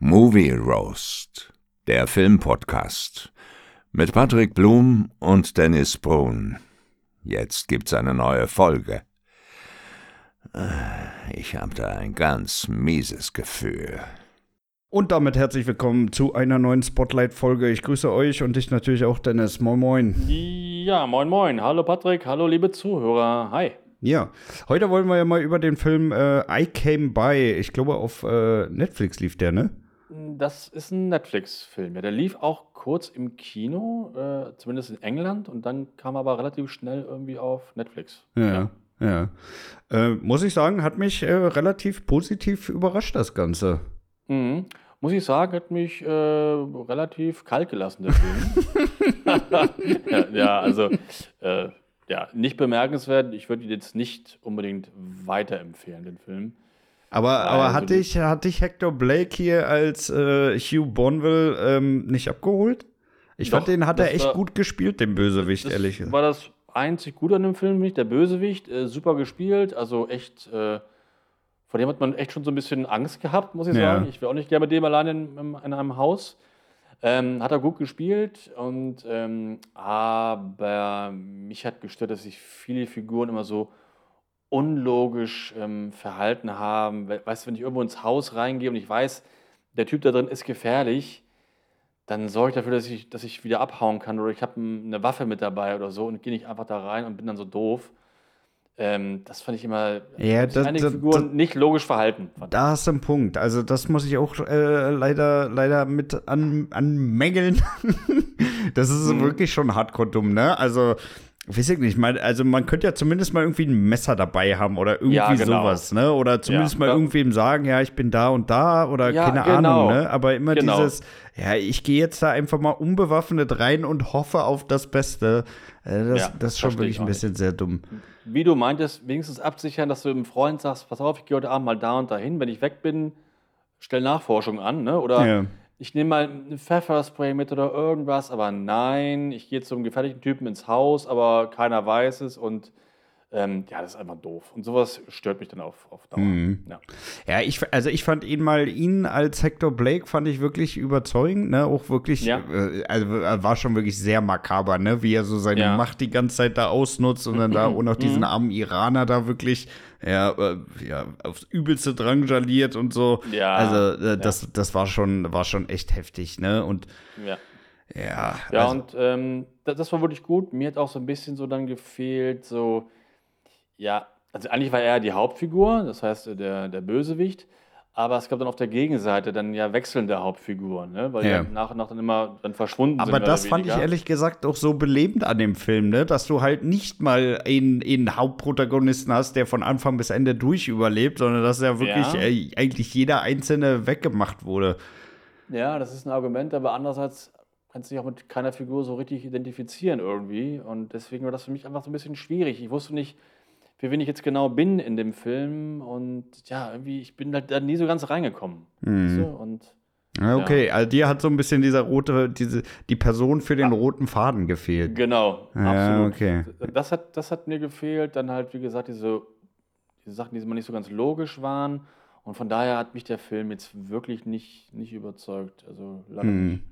Movie Roast, der Filmpodcast mit Patrick Blum und Dennis Brun. Jetzt gibt's eine neue Folge. Ich habe da ein ganz mieses Gefühl. Und damit herzlich willkommen zu einer neuen Spotlight-Folge. Ich grüße euch und dich natürlich auch, Dennis. Moin, moin. Ja, moin, moin. Hallo Patrick, hallo liebe Zuhörer. Hi. Ja, heute wollen wir ja mal über den Film I Came By. Ich glaube, auf Netflix lief der, ne? Das ist ein Netflix-Film. Ja, der lief auch kurz im Kino, zumindest in England, und dann kam aber relativ schnell irgendwie auf Netflix. Ja. Muss ich sagen, hat mich relativ positiv überrascht, das Ganze. Mhm. Muss ich sagen, hat mich relativ kalt gelassen, der Film. Nicht bemerkenswert. Ich würde ihn jetzt nicht unbedingt weiterempfehlen, den Film. Aber hat dich Hector Blake hier als Hugh Bonneville nicht abgeholt? Ich fand, den hat er echt gut gespielt, den Bösewicht, ehrlich gesagt. War das einzig Gute an dem Film, nicht? Der Bösewicht, super gespielt, also echt, vor dem hat man echt schon so ein bisschen Angst gehabt, muss ich sagen. Ich wäre auch nicht gerne mit dem alleine in einem Haus. Hat er gut gespielt, aber mich hat gestört, dass sich viele Figuren immer so unlogisch verhalten haben. Weißt du, wenn ich irgendwo ins Haus reingehe und ich weiß, der Typ da drin ist gefährlich, dann sorge ich dafür, dass ich wieder abhauen kann, oder ich habe eine Waffe mit dabei oder so und gehe nicht einfach da rein und bin dann so doof. Das fand ich immer, einige Figuren nicht logisch verhalten. Da hast du einen Punkt. Also das muss ich auch leider mit anmängeln. Das ist wirklich schon hardcore dumm, ne? Also weiß ich nicht, man könnte ja zumindest mal irgendwie ein Messer dabei haben oder irgendwie sowas, ne? Oder zumindest mal irgendwem sagen, ja, ich bin da und da oder keine Ahnung, ne? Aber immer dieses, ich gehe jetzt da einfach mal unbewaffnet rein und hoffe auf das Beste. Das ist schon wirklich ein bisschen sehr dumm. Wie du meintest, wenigstens absichern, dass du dem Freund sagst, pass auf, ich gehe heute Abend mal da und dahin, wenn ich weg bin, stell Nachforschung an, ne? Oder ich nehme mal ein Pfefferspray mit oder irgendwas, aber nein, ich gehe zu einem gefährlichen Typen ins Haus, aber keiner weiß es und das ist einfach doof. Und sowas stört mich dann auf Dauer. Ich fand ihn als Hector Blake fand ich wirklich überzeugend, ne? Auch wirklich, war schon wirklich sehr makaber, ne? Wie er so seine Macht die ganze Zeit da ausnutzt und dann da auch noch diesen armen Iraner da wirklich aufs Übelste drangsaliert und so. Das war schon echt heftig, ne? Und das war wirklich gut. Mir hat auch so ein bisschen so dann gefehlt, also eigentlich war er die Hauptfigur, das heißt der Bösewicht, aber es gab dann auf der Gegenseite dann wechselnde Hauptfiguren, ne? Weil die nach und nach dann immer verschwunden sind. Aber das fand ich ehrlich gesagt auch so belebend an dem Film, ne? Dass du halt nicht mal einen Hauptprotagonisten hast, der von Anfang bis Ende durch überlebt, sondern dass ja wirklich eigentlich jeder Einzelne weggemacht wurde. Ja, das ist ein Argument, aber andererseits kannst du dich auch mit keiner Figur so richtig identifizieren irgendwie, und deswegen war das für mich einfach so ein bisschen schwierig. Ich wusste nicht, für wen ich jetzt genau bin in dem Film, und irgendwie, ich bin da nie so ganz reingekommen. Weißt du? Und, okay, also dir hat so ein bisschen die Person für den roten Faden gefehlt. Genau, absolut. Okay. Das hat mir gefehlt, dann halt, wie gesagt, diese Sachen, die immer nicht so ganz logisch waren, und von daher hat mich der Film jetzt wirklich nicht überzeugt, also leider nicht.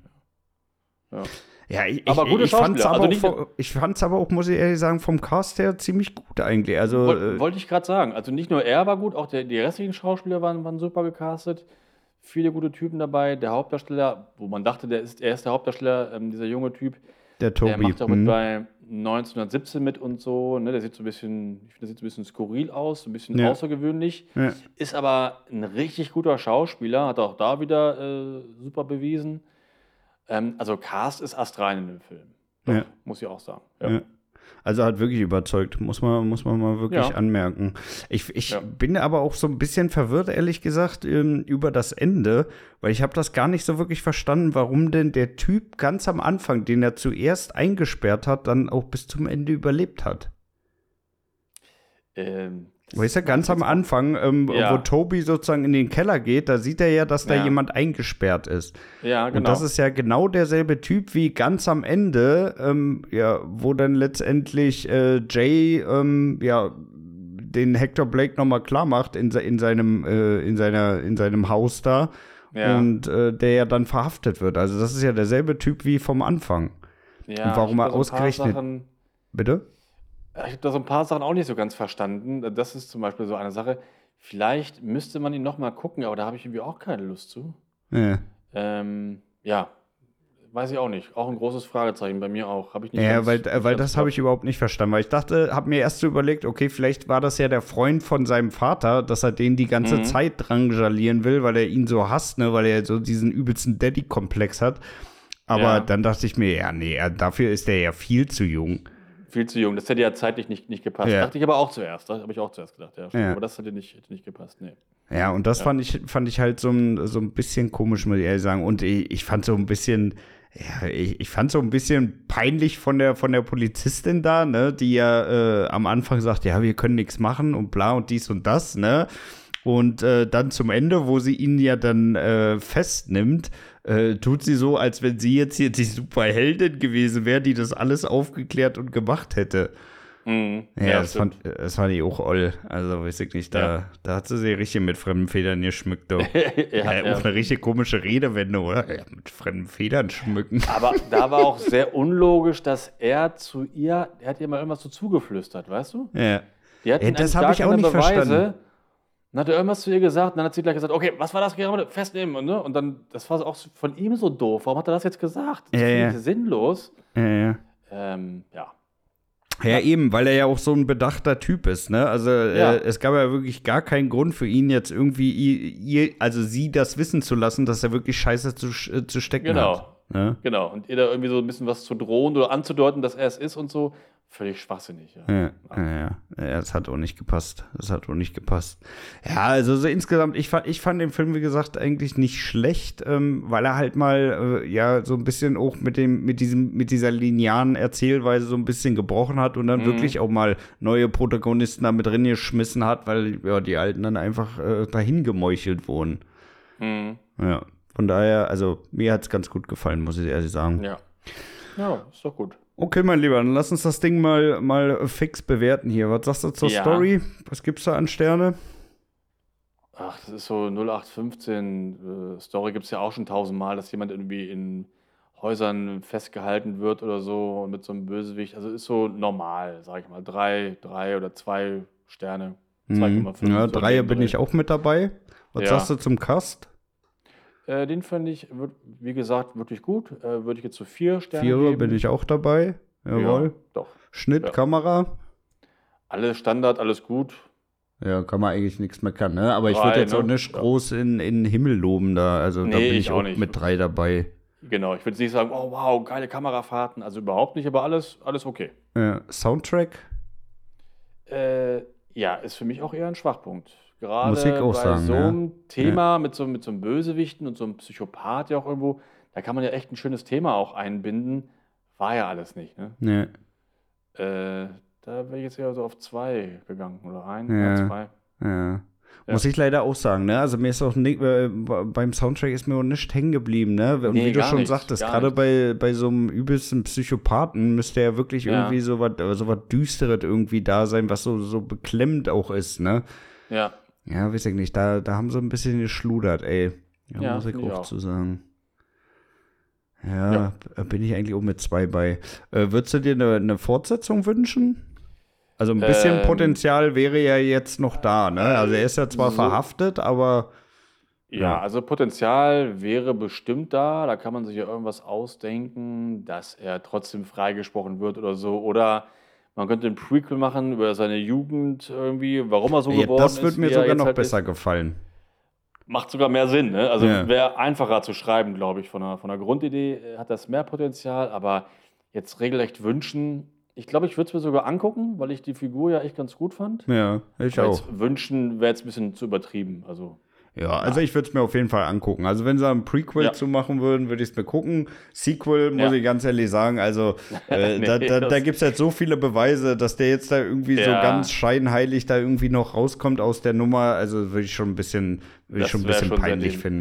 Aber gute Schauspieler. Ich fand's aber auch, muss ich ehrlich sagen, vom Cast her ziemlich gut eigentlich. Also, wollte ich gerade sagen. Also nicht nur er war gut, auch die restlichen Schauspieler waren super gecastet. Viele gute Typen dabei. Der Hauptdarsteller, wo man dachte, er ist der Hauptdarsteller, dieser junge Typ. Der Tobi. Der macht auch mit bei 1917 mit und so. Ne? Der sieht so ein bisschen, ich finde, der sieht so ein bisschen skurril aus, so ein bisschen außergewöhnlich. Ja. Ist aber ein richtig guter Schauspieler, hat auch da wieder super bewiesen. Also Cast ist astrein in dem Film. Doch, muss ich auch sagen. Ja. Also hat wirklich überzeugt, muss man mal wirklich anmerken. Ich bin aber auch so ein bisschen verwirrt, ehrlich gesagt, über das Ende, weil ich habe das gar nicht so wirklich verstanden, warum denn der Typ ganz am Anfang, den er zuerst eingesperrt hat, dann auch bis zum Ende überlebt hat. Weißt du, ganz am Anfang, wo Tobi sozusagen in den Keller geht, da sieht er ja, dass da jemand eingesperrt ist. Ja, genau. Und das ist ja genau derselbe Typ wie ganz am Ende, wo dann letztendlich Jay, den Hector Blake nochmal klar macht in seinem Haus da. Ja. und der ja dann verhaftet wird. Also das ist ja derselbe Typ wie vom Anfang. Ja, Und warum ich hab er da so ein paar ausgerechnet- Sachen, Bitte? ich habe da so ein paar Sachen auch nicht so ganz verstanden. Das ist zum Beispiel so eine Sache. Vielleicht müsste man ihn noch mal gucken, aber da habe ich irgendwie auch keine Lust zu. Ja. Ja, weiß ich auch nicht. Auch ein großes Fragezeichen bei mir auch. Habe ich nicht Ja, ganz, weil nicht das ganz habe ich überhaupt nicht verstanden. Weil ich dachte, habe mir erst so überlegt, okay, vielleicht war das ja der Freund von seinem Vater, dass er den die ganze Zeit drangsalieren will, weil er ihn so hasst, ne, weil er so diesen übelsten Daddy-Komplex hat. Aber Ja. dann dachte ich mir, ja, nee, dafür ist er ja viel zu jung. viel zu jung. Das hätte ja zeitlich nicht gepasst. Ja. Dachte ich aber auch zuerst. Das habe ich auch zuerst gedacht. Ja, stimmt. Ja. Aber das hätte nicht gepasst. Nee. Ja, und das fand ich halt so ein bisschen komisch, muss ich ehrlich sagen. Und ich fand so ein bisschen, ja, ich fand so ein bisschen peinlich von der Polizistin da, ne, die ja am Anfang sagt, ja, wir können nichts machen und bla und dies und das, ne. Und dann zum Ende, wo sie ihn ja dann festnimmt, tut sie so, als wenn sie jetzt hier die Superheldin gewesen wäre, die das alles aufgeklärt und gemacht hätte. Ja, das fand ich auch oll. Also, weiß ich nicht, da hat sie sich richtig mit fremden Federn geschmückt. Auch eine richtig komische Redewende, oder? Ja, mit fremden Federn schmücken. Aber da war auch sehr unlogisch, dass er hat ihr mal irgendwas so zugeflüstert, weißt du? Ja. Die hat Ja, ihn das eigentlich hab ich gar auch keine nicht verstanden. Beweise. Dann hat er irgendwas zu ihr gesagt, und dann hat sie gleich gesagt, okay, was war das gerade? Festnehmen. Und, ne? Und dann, das war auch von ihm so doof. Warum hat er das jetzt gesagt? Das finde ich sinnlos. Ja. Ja. Ja, eben, weil er ja auch so ein bedachter Typ ist, ne? Also es gab ja wirklich gar keinen Grund für ihn jetzt irgendwie, sie das wissen zu lassen, dass er wirklich Scheiße zu stecken Genau. hat. Ne? Genau. Und ihr da irgendwie so ein bisschen was zu drohen oder anzudeuten, dass er es ist und so. Völlig schwachsinnig. Ja. Ja, das hat auch nicht gepasst. Ja, also so insgesamt, ich fand den Film, wie gesagt, eigentlich nicht schlecht, weil er halt mal, so ein bisschen auch mit dieser linearen Erzählweise so ein bisschen gebrochen hat und dann wirklich auch mal neue Protagonisten da mit drin geschmissen hat, weil, ja, die Alten dann einfach dahin gemeuchelt wurden. Ja, von daher, also mir hat es ganz gut gefallen, muss ich ehrlich sagen. Ja. Ja, ist doch gut. Okay, mein Lieber, dann lass uns das Ding mal fix bewerten hier. Was sagst du zur Story? Was gibt's da an Sterne? Ach, das ist so 0815. Story gibt es ja auch schon 1000-mal, dass jemand irgendwie in Häusern festgehalten wird oder so und mit so einem Bösewicht. Also ist so normal, sag ich mal. 3 oder 2 Sterne. 2,5. Ja, so 3 in dem bin Dreh. ich auch mit dabei. Was Ja. sagst du zum Cast? Den fand ich, wie gesagt, wirklich gut. Würde ich jetzt so 4 Sterne 4 geben. bin ich auch dabei. Jawohl. Ja, doch. Schnitt, Ja. Kamera. Alles Standard, alles gut. Ja, kann man eigentlich nichts meckern, ne? Aber ich 3, würde jetzt ne? auch nicht Ja. groß in den Himmel loben da. Also da Nee, bin ich ich auch auch nicht. mit 3 dabei. Genau, ich würde nicht sagen, oh wow, geile Kamerafahrten. Also überhaupt nicht, aber alles okay. Soundtrack? Ja, ist für mich auch eher ein Schwachpunkt. Gerade Musik auch bei sagen, so ja. einem Thema mit so einem Bösewichten und so einem Psychopath ja auch irgendwo, da kann man ja echt ein schönes Thema auch einbinden. War ja alles nicht, ne? Ne. Da wäre ich jetzt eher so auf 2 gegangen oder 1, Ja. 2. Ja. Muss ich leider auch sagen, ne? Also mir ist auch beim Soundtrack ist mir auch nicht hängen geblieben, ne? Und Nee, wie du gar schon nicht, sagtest, gar gerade nicht. bei so einem übelsten Psychopathen müsste ja wirklich Ja. irgendwie so was Düsteres irgendwie da sein, was so beklemmend auch ist, ne? Ja, Ja, weiß ich nicht, da haben sie ein bisschen geschludert, ey. Ja, muss ich finde ich auch auch. zu sagen. Ja, bin ich eigentlich auch mit 2 bei. Würdest du dir eine Fortsetzung wünschen? Also ein bisschen Potenzial wäre ja jetzt noch da, ne? Also er ist ja zwar verhaftet, aber ja, also Potenzial wäre bestimmt da. Da kann man sich ja irgendwas ausdenken, dass er trotzdem freigesprochen wird oder so. Oder man könnte ein Prequel machen über seine Jugend irgendwie, warum er so ja, geworden das ist. würde mir wie er sogar jetzt noch halt besser ist. gefallen. Macht sogar mehr Sinn, ne? Also Ja. wäre einfacher zu schreiben, glaube ich. Von der Grundidee hat das mehr Potenzial, aber jetzt regelrecht wünschen. Ich glaube, ich würde es mir sogar angucken, weil ich die Figur ja echt ganz gut fand. Ja, ich Aber auch. jetzt wünschen wäre jetzt ein bisschen zu übertrieben. Also, Ja, also ich würde es mir auf jeden Fall angucken. Also wenn sie ein Prequel Ja. zu machen würden, würde ich es mir gucken. Sequel, muss Ja. ich ganz ehrlich sagen, also Nee, da das- gibt es jetzt so viele Beweise, dass der jetzt da irgendwie so Ja. ganz scheinheilig da irgendwie noch rauskommt aus der Nummer. Also würde ich schon ein bisschen Das wär schon sehr peinlich dämlich. finden.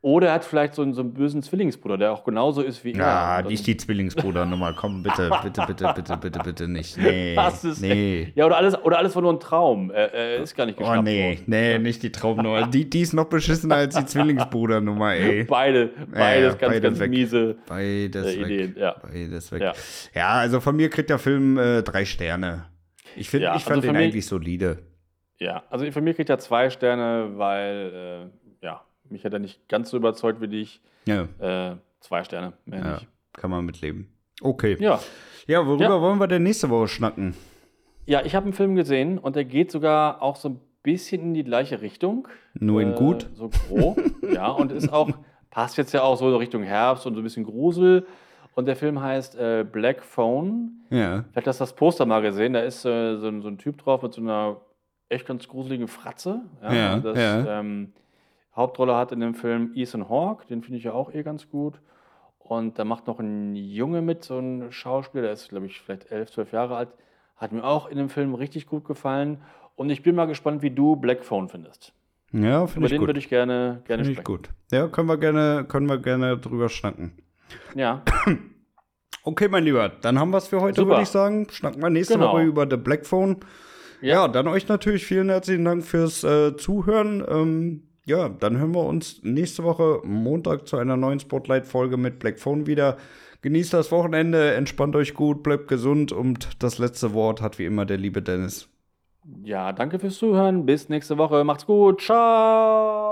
Oder er hat vielleicht so einen bösen Zwillingsbruder, der auch genauso ist wie er. Ja, Und dann- nicht die Zwillingsbruder-Nummer. Komm, bitte, bitte, bitte, bitte, bitte, bitte nicht. Nee, Das ist nee. Ja, oder alles war nur ein Traum. Er ist gar nicht Oh, geschnappt nee, worden. nee, nicht die Traumnummer. Die ist noch beschissener als die Zwillingsbruder-Nummer, ey. Beides ja, ganz, beide ganz weg. miese Beides weg. Ideen. Ja. Beides weg. Ja. Ja, also von mir kriegt der Film 3 Sterne. Ich fand Also den von mir- eigentlich solide. Ja, also von mir kriegt er 2 Sterne, weil, mich hat er nicht ganz so überzeugt wie dich. Ja, 2 Sterne, mehr ja, nicht. kann man mitleben. Okay. Ja. Ja, worüber Ja. wollen wir denn nächste Woche schnacken? Ja, ich habe einen Film gesehen und der geht sogar auch so ein bisschen in die gleiche Richtung. Nur in gut? So grob. Ja, und ist auch, passt jetzt ja auch so Richtung Herbst und so ein bisschen Grusel. Und der Film heißt Black Phone. Ja. Vielleicht hast du das Poster mal gesehen. Da ist so ein Typ drauf mit so einer echt ganz gruseligen Fratze. Ja, das, ja. Hauptrolle hat in dem Film Ethan Hawke, den finde ich ja auch ganz gut. Und da macht noch ein Junge mit, so ein Schauspieler, der ist, glaube ich, vielleicht 11, 12 Jahre alt. Hat mir auch in dem Film richtig gut gefallen. Und ich bin mal gespannt, wie du Black Phone findest. Ja, Über finde ich den gut. würde ich gerne Finde ich sprechen. gut. Ja, können wir gerne drüber schnacken. Ja, Okay, mein Lieber, dann haben wir es für heute, Super. würde ich sagen. Schnacken wir nächste Genau. Woche über The Black Phone. Ja, dann euch natürlich vielen herzlichen Dank fürs Zuhören. Ja, dann hören wir uns nächste Woche Montag zu einer neuen Spotlight-Folge mit Black Phone wieder. Genießt das Wochenende, entspannt euch gut, bleibt gesund und das letzte Wort hat wie immer der liebe Dennis. ja, danke fürs Zuhören. Bis nächste Woche. Macht's gut. Ciao.